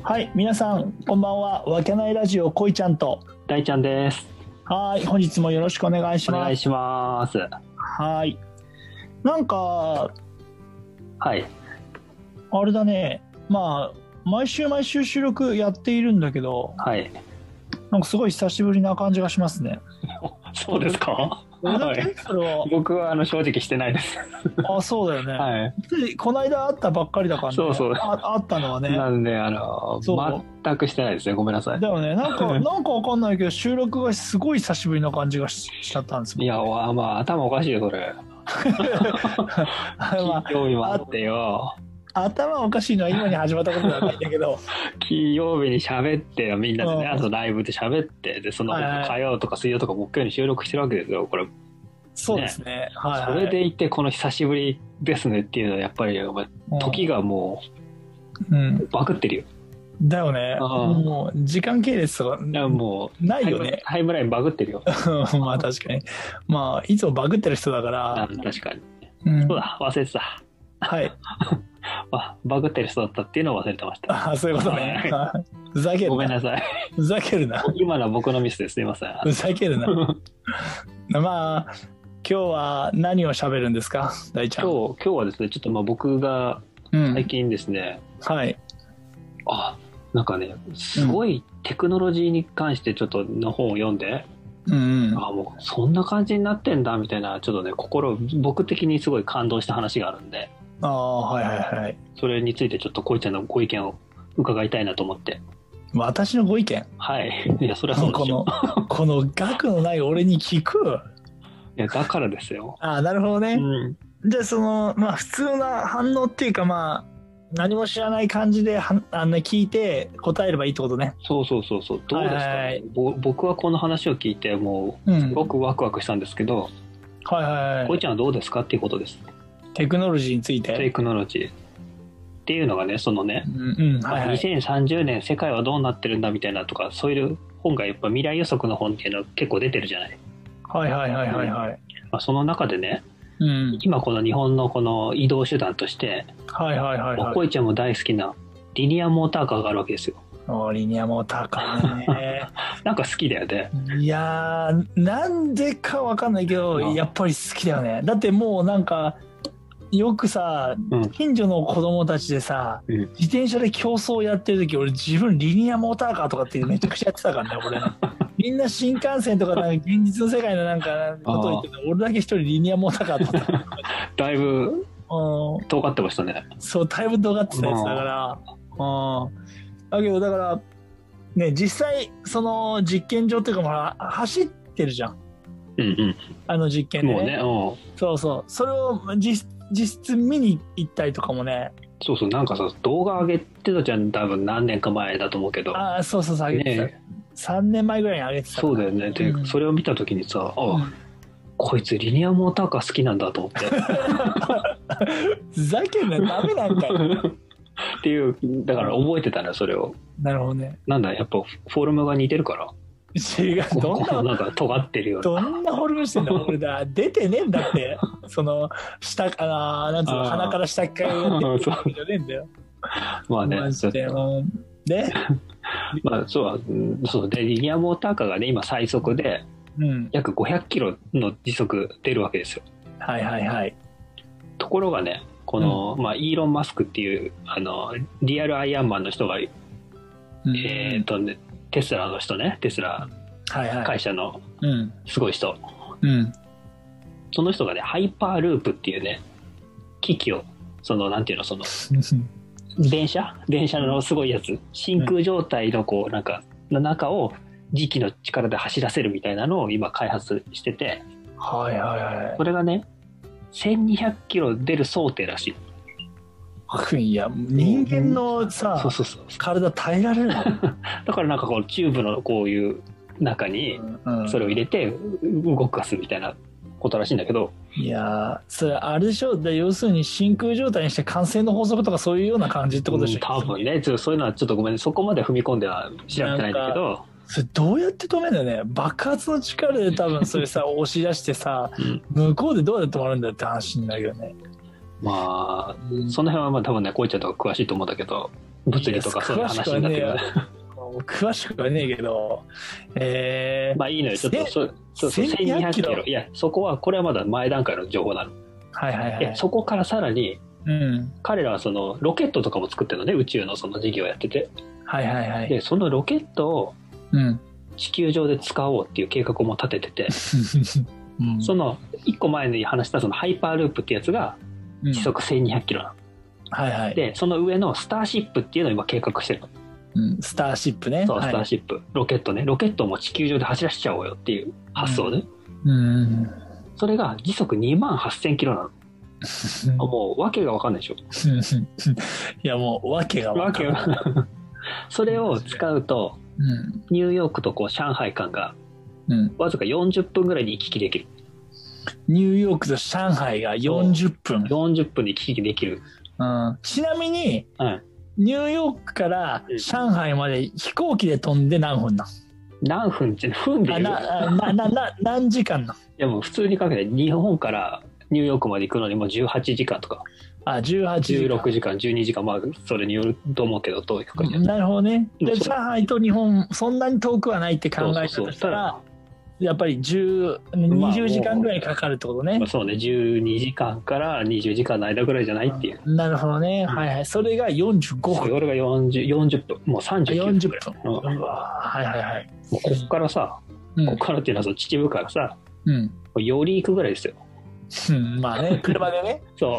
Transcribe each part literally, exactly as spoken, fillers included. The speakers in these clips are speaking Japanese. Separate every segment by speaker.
Speaker 1: はい、皆さんこんばんは。わけないラジオこいちゃんと
Speaker 2: 大ちゃんです。
Speaker 1: はい、本日もよろしくお願いします。
Speaker 2: お願いします。
Speaker 1: はい、なんか
Speaker 2: はい
Speaker 1: あれだね、まあ毎週毎週収録やっているんだけど、
Speaker 2: はい、
Speaker 1: なんかすごい久しぶりな感じがしますね。
Speaker 2: そうですか。
Speaker 1: はい、それは
Speaker 2: 僕はあの正直してないです。
Speaker 1: あ、そうだよね、
Speaker 2: はい、
Speaker 1: この間会ったばっかりだからね。
Speaker 2: そうそう、
Speaker 1: あ会ったのはね。
Speaker 2: なんであの全くしてないですね。ごめんなさい。
Speaker 1: だよね、なんかなんかわかんないけど収録がすごい久しぶりな感じがしちゃったんですよ。
Speaker 2: いや、まあ頭おかしいよそれ。金曜日もあってよ。
Speaker 1: 頭おかしいのは今に始まったことではないんだけど
Speaker 2: 金曜日に喋ってよ、みんなでね、あとライブで喋って、でその火曜とか水曜とか木曜に収録してるわけですよ、これ。
Speaker 1: そうですね、はいはい、
Speaker 2: それでいてこの久しぶりですねっていうのはやっぱりお前時がもう、うん、バグってるよ。
Speaker 1: だよね。もう時間系列とか
Speaker 2: もう
Speaker 1: ないよね。
Speaker 2: タイムラインバグってるよ。
Speaker 1: まあ確かに、まあいつもバグってる人だから。
Speaker 2: 確かに、うん、そうだ、忘れてた。
Speaker 1: はい
Speaker 2: あ、バグってる人だったっていうのを忘れてました。
Speaker 1: あ、そういうことね。ふざけるな。
Speaker 2: ごめんなさい。
Speaker 1: ふざけるな。
Speaker 2: 今のは僕のミスです。すいません。
Speaker 1: ふざけるな。まあ今日は何を喋るんですか、大ちゃん。
Speaker 2: 今日今日はですね、ちょっとまあ僕が最近ですね、
Speaker 1: うん、はい、
Speaker 2: あ、なんかね、すごいテクノロジーに関してちょっとの本を読んで、うんうん、あ、もうそんな感じになってんだみたいな、ちょっとね、心僕的にすごい感動した話があるんで、
Speaker 1: ああ、はいはいはい、
Speaker 2: それについてちょっとこいちゃんのご意見を伺いたいなと思って。
Speaker 1: 私のご意見？
Speaker 2: はい。いや、それはそうですよ。
Speaker 1: このこの額のない俺に聞く。
Speaker 2: いや、だからですよ。
Speaker 1: ああ、なるほどね、うん、じゃあそのまあ普通な反応っていうか、まあ何も知らない感じではあの聞いて答えればいいってことね。
Speaker 2: そうそうそうそう。どうですか、はいはい、ぼ僕はこの話を聞いてもうすごくワクワクしたんですけど、
Speaker 1: うん、はいはいはい、
Speaker 2: こいちゃんはどうですかっていうことです。
Speaker 1: テクノロジーについて。
Speaker 2: テクノロジーっていうのがね、そのね、
Speaker 1: うんうん、はいはい、
Speaker 2: にせんさんじゅうねん世界はどうなってるんだみたいなとか、そういう本がやっぱ未来予測の本っていうのは結構出てるじゃない。
Speaker 1: はいはいはいはいはい、
Speaker 2: まあ、その中でね、うん、今この日本のこの移動手段として、
Speaker 1: はいはいはいはい、
Speaker 2: こいちゃんも大好きなリニアモーターカーがあるわけですよ。
Speaker 1: お、リニアモーターカーね
Speaker 2: なんか好きだよね。
Speaker 1: いやー、なんでかわかんないけど、やっぱり好きだよね。だってもうなんかよくさ、うん、近所の子供たちでさ、うん、自転車で競争やってる時、俺自分リニアモーターカーとかってめちゃくちゃやってたからね俺みんな新幹線とかなんか現実の世界のなんかことを言ってた、俺だけ一人リニアモーターカーとか
Speaker 2: だいぶ尖ってましたね。
Speaker 1: そう、だいぶ尖ってたやつだから、うん、だけどだからね、実際その実験場っていうか、まあ走ってるじゃん、
Speaker 2: うんうん、
Speaker 1: あの実験で、ね、
Speaker 2: もうね、
Speaker 1: そうそう、それを実実質見に行ったりとかもね。
Speaker 2: そうそう、なんかさ、動画上げてたじゃん、多分何年か前だと思うけど。
Speaker 1: ああ、そうそうそう、上げてた、ね、さんねんまえぐらいに上げてた。
Speaker 2: そうだよね。で、うん、それを見た時にさ、あ、うん、こいつリニアモーターカー好きなんだと思って
Speaker 1: ふざけんな、ダメなんだよ
Speaker 2: っていう、だから覚えてたね、それを。
Speaker 1: なるほどね。
Speaker 2: なんだ、やっぱフォルムが似てるから。
Speaker 1: 違う、どんな
Speaker 2: なんか尖ってるような。
Speaker 1: どんなフォルムしてんだ俺だ、出てねえんだってその下、あ、なんつうの、鼻から下っかいやってるわけじゃねえんだよ。
Speaker 2: まあね、
Speaker 1: マジでもうで
Speaker 2: まあそうそうで、リニアモーターカーがね今最速で約ごひゃくキロの時速出るわけですよ。
Speaker 1: はいはいはい。
Speaker 2: ところがね、この、うん、まあ、イーロン・マスクっていうあのリアルアイアンマンの人が、うん、えー、っとねテスラの人ね、テスラ会社のすごい人、うんうん、その人がねハイパーループっていうね機器を、そのなんていうの、その電車電車のすごいやつ、真空状態のこうなんかの中を磁気の力で走らせるみたいなのを今開発してて、
Speaker 1: はいはいはい、
Speaker 2: それがねせんにひゃくキロ出る想定らしい。
Speaker 1: いや、人間のさ、そうそうそう、体耐えられるの
Speaker 2: だからなんかこうチューブのこういう中にそれを入れて動かすみたいなことらしいんだけど、
Speaker 1: いやそれあれでしょ、で要するに真空状態にして慣性の法則とかそういうような感じってことでしょ、うん、
Speaker 2: 多分ね。ちょっとそういうのはちょっとごめんね、そこまで踏み込んでは調べてないんだけど、
Speaker 1: それどうやって止めるんだよね。爆発の力で多分それさ押し出してさ、うん、向こうでどうやって止まるんだよって話になるよね。
Speaker 2: まあ、うん、その辺はまあ多分ねこういっちゃんとか詳しいと思うんだけど、物理とかそういう話になってくる。
Speaker 1: 詳しくはねえけど、えー、
Speaker 2: まあいいのよ、ちょっとそそうそうせんにひゃくキロ、いやそこはこれはまだ前段階の情報なの。
Speaker 1: はいはいはい。
Speaker 2: そこからさらに、
Speaker 1: うん、
Speaker 2: 彼らはそのロケットとかも作ってるのね、宇宙のその事業をやってて、
Speaker 1: はいはいはい。
Speaker 2: でそのロケットを地球上で使おうっていう計画も立ててて、うん、そのいっこまえに話したそのハイパーループってやつが時速せんにひゃくキロなの、
Speaker 1: うん、はいはい。
Speaker 2: でその上のスターシップっていうのを今計画してるの。
Speaker 1: うん、スターシップね。
Speaker 2: そう、スターシップ、はい、ロケットね、ロケットをも地球上で走らせちゃおうよっていう発想ね、
Speaker 1: うんうん、
Speaker 2: それが時速にまんはっせんキロなの。もう訳が分かんないでしょ。
Speaker 1: いやもう訳が分かんない。
Speaker 2: それを使うと、うん、ニューヨークとこう上海間がわずかよんじゅっぷんぐらいで行き来できる。
Speaker 1: ニューヨークと上海がよんじゅっぷん。
Speaker 2: よんじゅっぷんで行き来できる。
Speaker 1: うん、ちなみに、うん、ニューヨークから上海まで飛行機で飛んで何分なん？
Speaker 2: 何分って分で言う？
Speaker 1: なななな何時間なん？い
Speaker 2: やもう普通にかけて日本からニューヨークまで行くのにもうじゅうはちじかんとか。
Speaker 1: あ、じゅうはちじかん。
Speaker 2: じゅうろくじかん、じゅうにじかん、まあそれによると思うけどどういうか、ね、
Speaker 1: なるほどね。で上海と日本そんなに遠くはないって考えたとしたら、やっぱりじゅう、にじゅうじかんぐらいかかるってことね。
Speaker 2: まあ、そうね、じゅうにじかんからにじゅうじかんの間ぐらいじゃないっていう。
Speaker 1: なるほどね、うん、はいはい。それがよんじゅうごふん。
Speaker 2: それがよんじゅう、よんじゅっぷん、もうさんじゅうきゅっぷん。よんじゅっぷん。
Speaker 1: うん、うわはいはいはい。
Speaker 2: もうこっからさ、うん、こっからっていうのはその秩父からさ、うん、より行くぐらいですよ。
Speaker 1: うん、まあね、車でね。
Speaker 2: そう、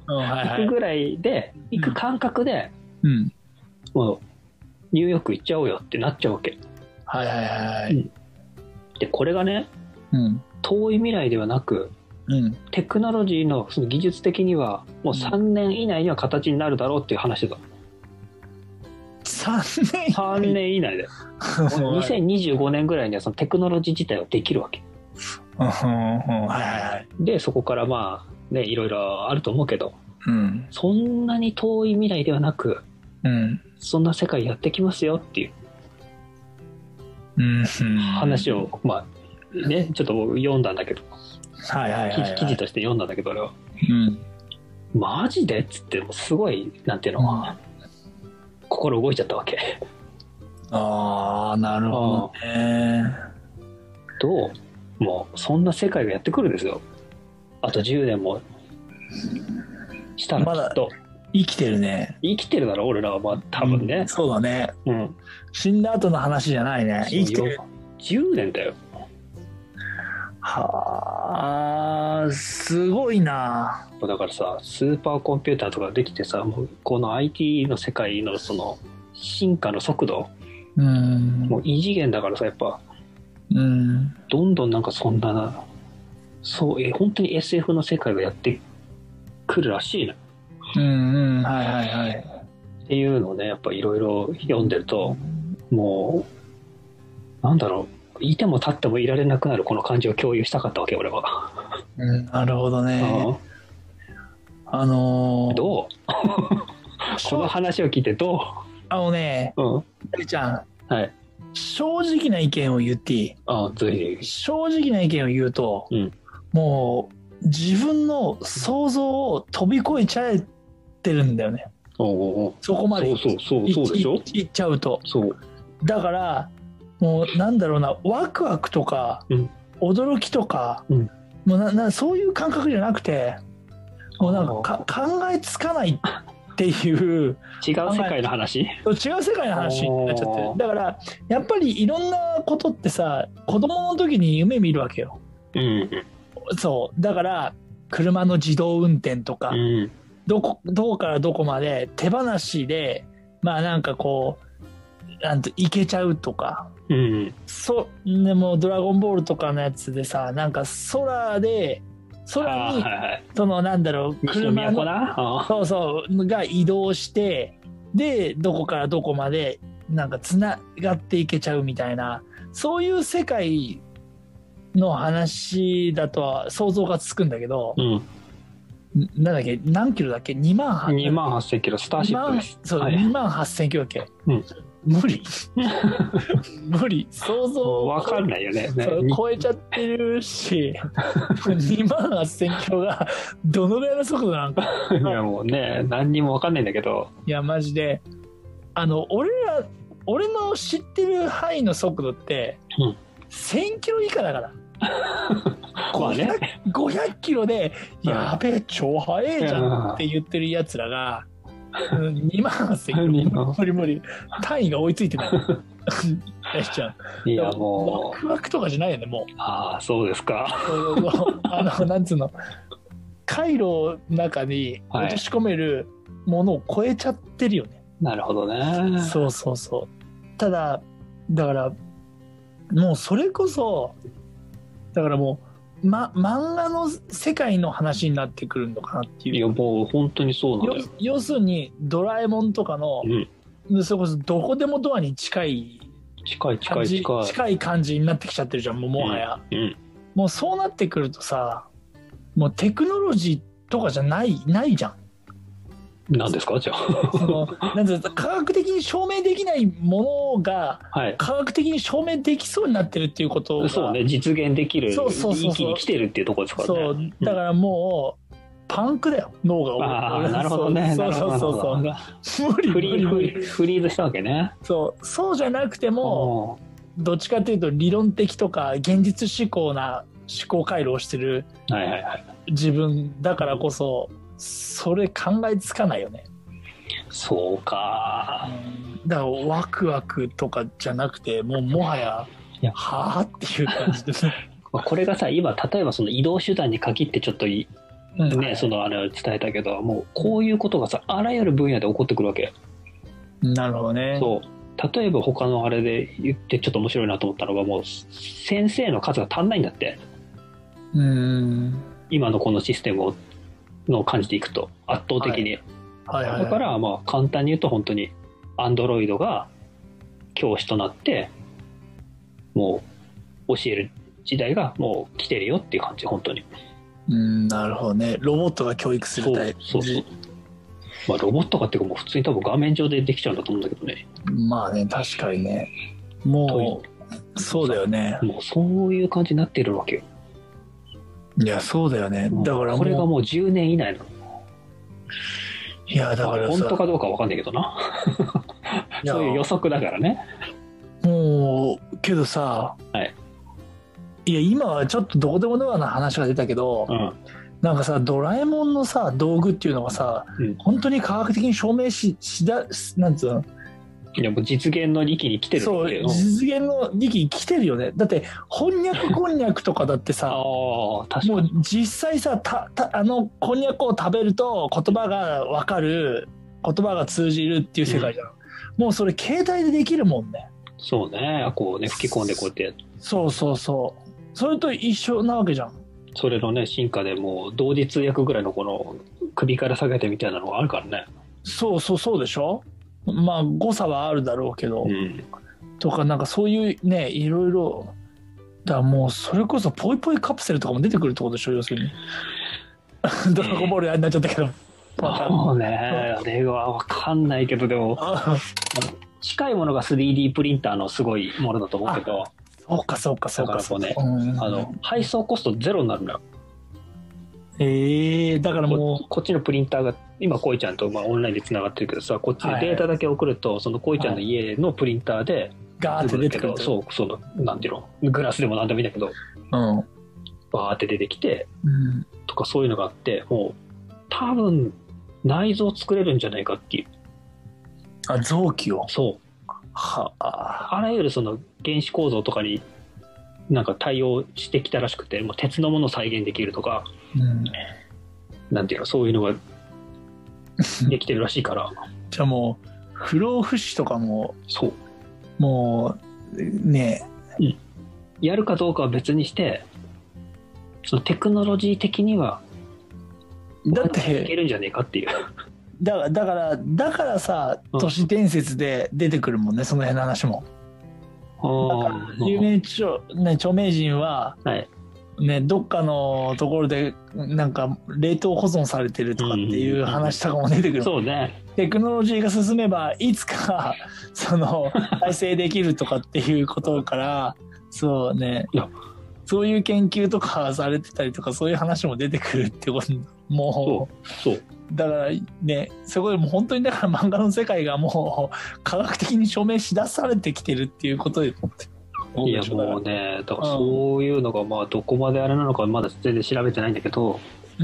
Speaker 2: うんはいはい、行くぐらいで、行く感覚で、うん、もうニューヨーク行っちゃおうよってなっちゃうわけ。
Speaker 1: はいはいはい。うん、
Speaker 2: でこれがね、うん、遠い未来ではなく、うん、テクノロジーのその技術的にはもうさんねん以内には形になるだろうっていう話だ。
Speaker 1: さんねん
Speaker 2: さんねん以内でにせんにじゅうごねんぐらいにはそのテクノロジー自体はできるわけ。でそこからまあねいろいろあると思うけど、うん、そんなに遠い未来ではなく、うん、そんな世界やってきますよっていう、うん、話をまあねちょっと読んだんだけど、
Speaker 1: はいはいはいはい、
Speaker 2: 記事として読んだんだけど俺は、うん、マジでっつってもすごいなんていうの、うん、心動いちゃったわけ。
Speaker 1: ああなるほどね。
Speaker 2: どうもうそんな世界がやってくるんですよ。あとじゅうねんもしたらきっと、ま、
Speaker 1: 生きてるね。
Speaker 2: 生きてるだろ俺らは。まあ多分ね、
Speaker 1: うん、そうだね、うん、死んだ後の話じゃないね。生きてる。
Speaker 2: じゅうねんだよ。
Speaker 1: はあすごいな。
Speaker 2: だからさスーパーコンピューターとかできてさ、もうこの アイティー の世界のその進化の速度、うん、もう異次元だからさやっぱ、うん、どんどんなんかそんなそうえ本当に エスエフ の世界がやってくるらしいな。
Speaker 1: うんうんはいはいはい。
Speaker 2: っていうのをねやっぱいろいろ読んでると、もうなんだろういても立ってもいられなくなるこの感じを共有したかったわけ俺は。
Speaker 1: うん、なるほどね。あのー、
Speaker 2: どうこの話を聞いてどう？
Speaker 1: あのね、うん、ちゃん、はい、正直な意見を言っていい？
Speaker 2: あぜひ。
Speaker 1: 正直な意見を言うと、うん、もう自分の想像を飛び越えちゃえてるんだよね。
Speaker 2: おうおうおう
Speaker 1: そこまで
Speaker 2: そうそうそうそうでしょ？
Speaker 1: いっちゃうと。
Speaker 2: そう
Speaker 1: だからもうなんだろうな、ワクワクとか、うん、驚きとか、うん、もうななそういう感覚じゃなくて、もうなんかか考えつかないっていう
Speaker 2: 違う世界の話？
Speaker 1: 違う世界の話になっちゃってる。だからやっぱりいろんなことってさ、子供の時に夢見るわけよ。うん、そうだから車の自動運転とか、うん、どこどこからどこまで手放しでまあなんかこうなんと行けちゃうとか。うん、そでもドラゴンボールとかのやつでさ、なんか空で空に、はいはい、そのなんだろう車のそうそうが移動してでどこからどこまでなんかつながっていけちゃうみたいな、そういう世界の話だとは想像がつくんだけど、うん、なんだっけ何キロだっけにまんはっせんキロスターシップです。そう、はい、にまんはっせんキロだっけ、うん無理無理想像
Speaker 2: わかんないよね。ね
Speaker 1: 超えちゃってるしにまんはっせんキロがどのぐらいの速度なんか
Speaker 2: いやもうね何にもわかんないんだけど、
Speaker 1: いやマジであの俺ら俺の知ってる範囲の速度って、うん、せんキロ以下だからまあね、ごひゃくキロでやべえ超速えじゃんって言ってるやつらがにまんはっせんキロ無理無理単位が追いついてないやしちゃう。
Speaker 2: いやもう
Speaker 1: ワクワクとかじゃないよねもう。
Speaker 2: ああそうですか。
Speaker 1: あのなんつうの回路の中に落とし込めるものを超えちゃってるよね、はい、
Speaker 2: なるほどね。
Speaker 1: そうそうそう。ただだからもうそれこそだからもう、ま、漫画の世界の話になってくるのかなっていう。
Speaker 2: いやもう本当にそうなんだよ。
Speaker 1: 要するにドラえもんとかの、うん、それこそどこでもドアに近い
Speaker 2: 近い近い近い
Speaker 1: 近い感じになってきちゃってるじゃんもうもはや、うんうん、もうそうなってくるとさもうテクノロジーとかじゃないないじゃん。
Speaker 2: 何ですかじゃあその
Speaker 1: なんていうか科学的に証明できないものが、はい、科学的に証明できそうになってるっていうことが
Speaker 2: そうね実現できる域に来てるっていうところですからね。
Speaker 1: そうだからもう、うん、パンクだよ脳が。
Speaker 2: ああなるほどね。
Speaker 1: そうそうそうそう
Speaker 2: 無理フリーフリーフリーズしたわけね。
Speaker 1: そうそうじゃなくてもどっちかというと理論的とか現実思考な思考回路をしてる自分だからこそそれ考えつかないよね。
Speaker 2: そうか、
Speaker 1: うん、だからワクワクとかじゃなくてもうもはやはあっていう感じですね
Speaker 2: これがさ今例えばその移動手段に限ってちょっとい、うん、ねそのあれを伝えたけどもうこういうことがさあらゆる分野で起こってくるわけ。
Speaker 1: なるほどね。
Speaker 2: そう例えば他のあれで言ってちょっと面白いなと思ったのがもう先生の数が足んないんだって。
Speaker 1: うーん
Speaker 2: 今のこのシステムをの感じでいくと圧倒的に、はいはいはいはい、だからまあ簡単に言うと本当にアンドロイドが教師となってもう教える時代がもう来てるよっていう感じ本当に。
Speaker 1: うんなるほどね。ロボットが教育するタイプ。
Speaker 2: そうそうそう、まあ、ロボットかっていうかもう普通に多分画面上でできちゃうんだと思うんだけどね。
Speaker 1: まあね確かにねもうそうだよね。
Speaker 2: もうそういう感じになってるわけよ。
Speaker 1: いやそうだよね。だから
Speaker 2: これがもうじゅうねん以内なの。
Speaker 1: いやだから
Speaker 2: さ本当かどうかわかんないけどなそういう予測だからね。
Speaker 1: もうけどさ、はい、いや今はちょっとどこでもドアの話が出たけど、うん、なんかさドラえもんのさ道具っていうのがさ、うん、本当に科学的に証明ししだなんつうの
Speaker 2: いやもう実現の域に来てる。
Speaker 1: そう実現の域に来てるよね。だってこんにゃくこんにゃくとかだってさ
Speaker 2: あ確かに
Speaker 1: もう実際さたたあのこんにゃくを食べると言葉が分かる言葉が通じるっていう世界じゃん、うん、もうそれ携帯でできるもんね。
Speaker 2: そうねこうね吹き込んでこうやって
Speaker 1: そうそうそうそれと一緒なわけじゃん。
Speaker 2: それのね進化でもう同時通訳ぐらいのこの首から下げてみたいなのがあるからね。
Speaker 1: そうそうそうでしょ。まあ誤差はあるだろうけど、うん、とかなんかそういうねいろいろだからもうそれこそポイポイカプセルとかも出てくるってことでしょ要するにドラゴンボールになっちゃったけど
Speaker 2: そうねあれは分かんないけどでも近いものが スリーディー プリンターのすごいものだと思うけど
Speaker 1: そうかそうかそうか
Speaker 2: そうかねあの配送コストゼロになるのよ。
Speaker 1: えー、だからもう
Speaker 2: こ, こっちのプリンターが今こいちゃんとまあオンラインでつながってるけどさこっちにデータだけ送ると、はいはい、そのこいちゃんの家のプリンターで
Speaker 1: ガーって出てくる。
Speaker 2: そうそのなんていうのグラスでもなんでもいいんだけど、うん、バーって出てきて、うん、とかそういうのがあってもう多分内臓作れるんじゃないかっていう。
Speaker 1: あ臓器を
Speaker 2: そうは あ, あらゆるその原子構造とかになんか対応してきたらしくてもう鉄のものを再現できるとか、うん、なんていうのそういうのができてるらしいから
Speaker 1: じゃあもう不老不死とかも
Speaker 2: そう
Speaker 1: もうねえ、うん、
Speaker 2: やるかどうかは別にしてそのテクノロジー的には
Speaker 1: だって
Speaker 2: いけるんじゃねえかっていう
Speaker 1: だ, だからだからさ都市伝説で出てくるもんね、うん、その辺の話も。だから有名著、ね、著名人は、はい、 ね、どっかのところでなんか冷凍保存されてるとかっていう話とかも出てくる、
Speaker 2: そうね、
Speaker 1: テクノロジーが進めばいつかその再生できるとかっていうことからそうね、いやそういう研究とかされてたりとかそういう話も出てくるってこともう
Speaker 2: そうそう
Speaker 1: だからねそこでもう本当にだから漫画の世界がもう科学的に証明しだされてきてるっていうことで
Speaker 2: いやもうねだからそういうのがまあどこまであれなのかまだ全然調べてないんだけど、うん、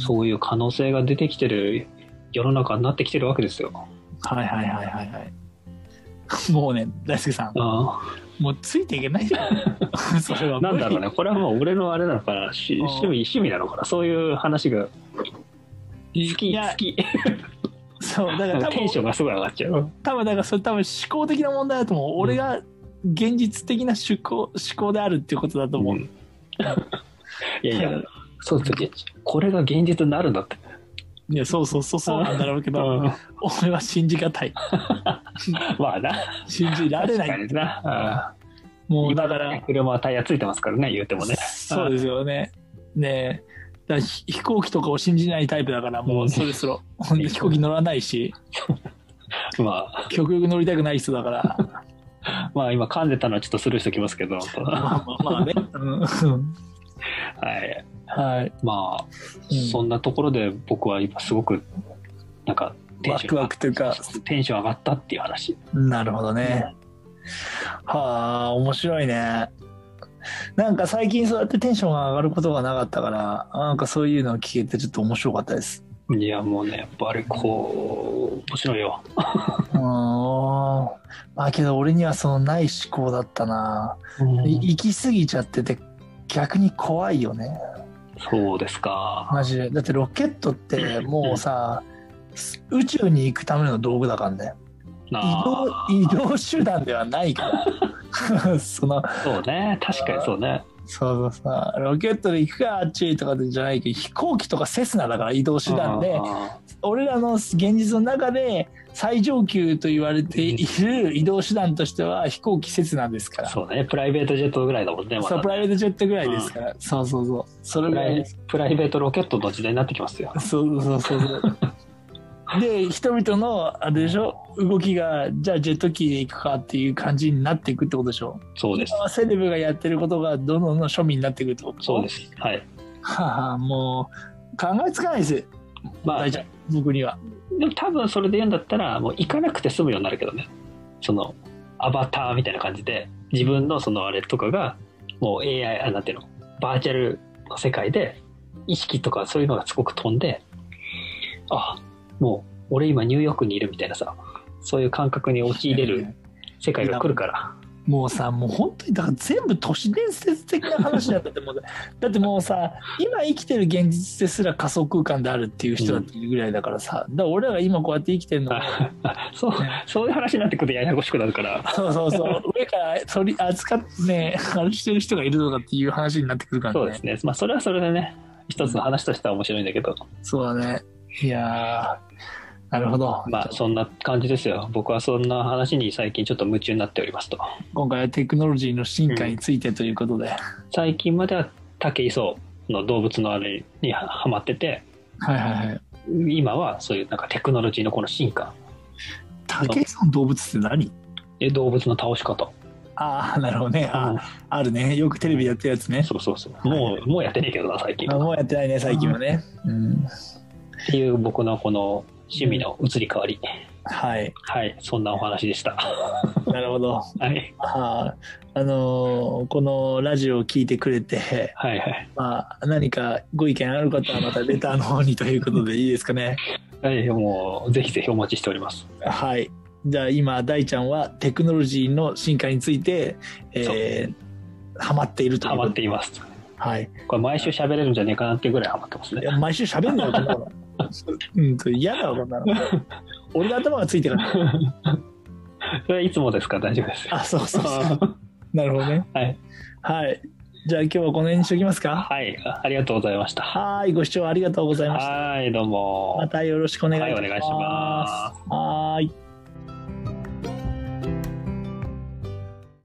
Speaker 2: そういう可能性が出てきてる世の中になってきてるわけですよ。
Speaker 1: はいはいはいはいはいもうね大輔さんあもうついていけないじゃんそれは
Speaker 2: なんだろうねこれはもう俺のあれなのかな趣味趣味なのかなそういう話が好き好き
Speaker 1: そうだから
Speaker 2: テンションがすごい上がっちゃう。
Speaker 1: 多分だからそれ多分思考的な問題だと思う、うん、俺が現実的な思考、思考であるっていうことだと思う、うん、い
Speaker 2: やいやそうですよこれが現実になるんだって
Speaker 1: いやそうそうそうそうなんだろうけど俺は信じがたい
Speaker 2: まあな
Speaker 1: 信じられない
Speaker 2: な
Speaker 1: もうだから
Speaker 2: 車はタイヤついてますからね言うてもね
Speaker 1: そうですよねねだから飛行機とかを信じないタイプだからもうそろそろ飛行機乗らないしまあ極力乗りたくない人だから
Speaker 2: まあ今噛んでたのはちょっとスルーしておきますけど
Speaker 1: まあまあね、うん、
Speaker 2: はいはい、まあ、うん、そんなところで僕は今すごくなんかテンション
Speaker 1: ワクワクというか
Speaker 2: テンション上がったっていう話。
Speaker 1: なるほどね、うん、はあ面白いね。なんか最近そうやってテンションが上がることがなかったからなんかそういうのを聞けてちょっと面白かったです。
Speaker 2: いやもうねやっぱりこう面白いよ
Speaker 1: ああけど俺にはそのない思考だったな、うん、行き過ぎちゃってて逆に怖いよね。
Speaker 2: そうですか
Speaker 1: マジでだってロケットってもうさ宇宙に行くための道具だからね移動、移動手段ではないからその
Speaker 2: そうね確かにそうね
Speaker 1: そうそうさロケットで行くかあっちとかじゃないけど飛行機とかセスナだから移動手段で俺らの現実の中で最上級と言われている移動手段としては飛行機セスナですから。
Speaker 2: そうねプライベートジェットぐらいだもんね、ま、
Speaker 1: そうプライベートジェットぐらいですから、うん、そうそうそうそれぐらい
Speaker 2: プライベートロケットの時代になってきますよ。
Speaker 1: そうそうそうそうで人々のあれでしょ動きがじゃあジェット機で行くかっていう感じになっていくってことでしょ。
Speaker 2: そうです。
Speaker 1: 今はセレブがやってることがどんどん庶民になっていくってこと。
Speaker 2: そうですはい
Speaker 1: はあもう考えつかないですまあ僕には。
Speaker 2: でも多分それで言うんだったらもう行かなくて済むようになるけどねそのアバターみたいな感じで自分のそのあれとかがもう エーアイ あなんていうのバーチャルの世界で意識とかそういうのがすごく飛んであもう俺今ニューヨークにいるみたいなさそういう感覚に陥れる世界が来るから
Speaker 1: もうさもう本当にだから全部都市伝説的な話だったってもうだってもうさ今生きてる現実ですら仮想空間であるっていう人だっているぐらいだからさ、うん、だから俺らが今こうやって生きてるのは
Speaker 2: そう、ね、そういう話になってくるとややこしくなるから
Speaker 1: そうそうそう上から取り扱ってねあれしてる人がいるとかっていう話になってくるからね。
Speaker 2: そうですねまあそれはそれでね一つの話としては面白いんだけど、
Speaker 1: うん、そうだねいやーなるほど。
Speaker 2: まあそんな感じですよ。僕はそんな話に最近ちょっと夢中になっておりますと。
Speaker 1: 今回はテクノロジーの進化についてということで、うん、
Speaker 2: 最近までは武井壮の動物のあれにハマってて、
Speaker 1: はいはいはい。
Speaker 2: 今はそういうなんかテクノロジーのこの進化。
Speaker 1: 武井壮の動物って何？
Speaker 2: え動物の倒し方。
Speaker 1: ああなるほどね。あ、うん、あるね。よくテレビやってるやつね。
Speaker 2: そうそうそう。もう、はい、もうやってないけどな最近。
Speaker 1: もうやってないね最近はね。うん。
Speaker 2: っていう僕のこの趣味の移り変わり、
Speaker 1: うん、はい
Speaker 2: はいそんなお話でした。
Speaker 1: なるほど。
Speaker 2: はい。
Speaker 1: ああのー、このラジオを聞いてくれて、
Speaker 2: はいはい。
Speaker 1: まあ何かご意見ある方はまたレターの方にということでいいですかね。
Speaker 2: はい、もうぜひぜひお待ちしております。
Speaker 1: はい。じゃあ今大ちゃんはテクノロジーの進化について、えー、ハマっているということ。
Speaker 2: ハマっています。
Speaker 1: はい。
Speaker 2: これ毎週喋れるんじゃねえかなっていうぐらいハマってますね。
Speaker 1: いや毎週喋んないよこんなの。うんと嫌だわこんなの。俺の頭がついてる。
Speaker 2: それはいつもですか大丈夫です。
Speaker 1: あそうそうそう。なるほどね。
Speaker 2: はい
Speaker 1: はい。じゃあ今日はこの辺にしておきますか。
Speaker 2: はい、ありがとうございました。
Speaker 1: はい、ご視聴ありがとうございました。
Speaker 2: はい、どうも。
Speaker 1: またよろしくお願いします。
Speaker 2: はい、お願いします。
Speaker 1: はい。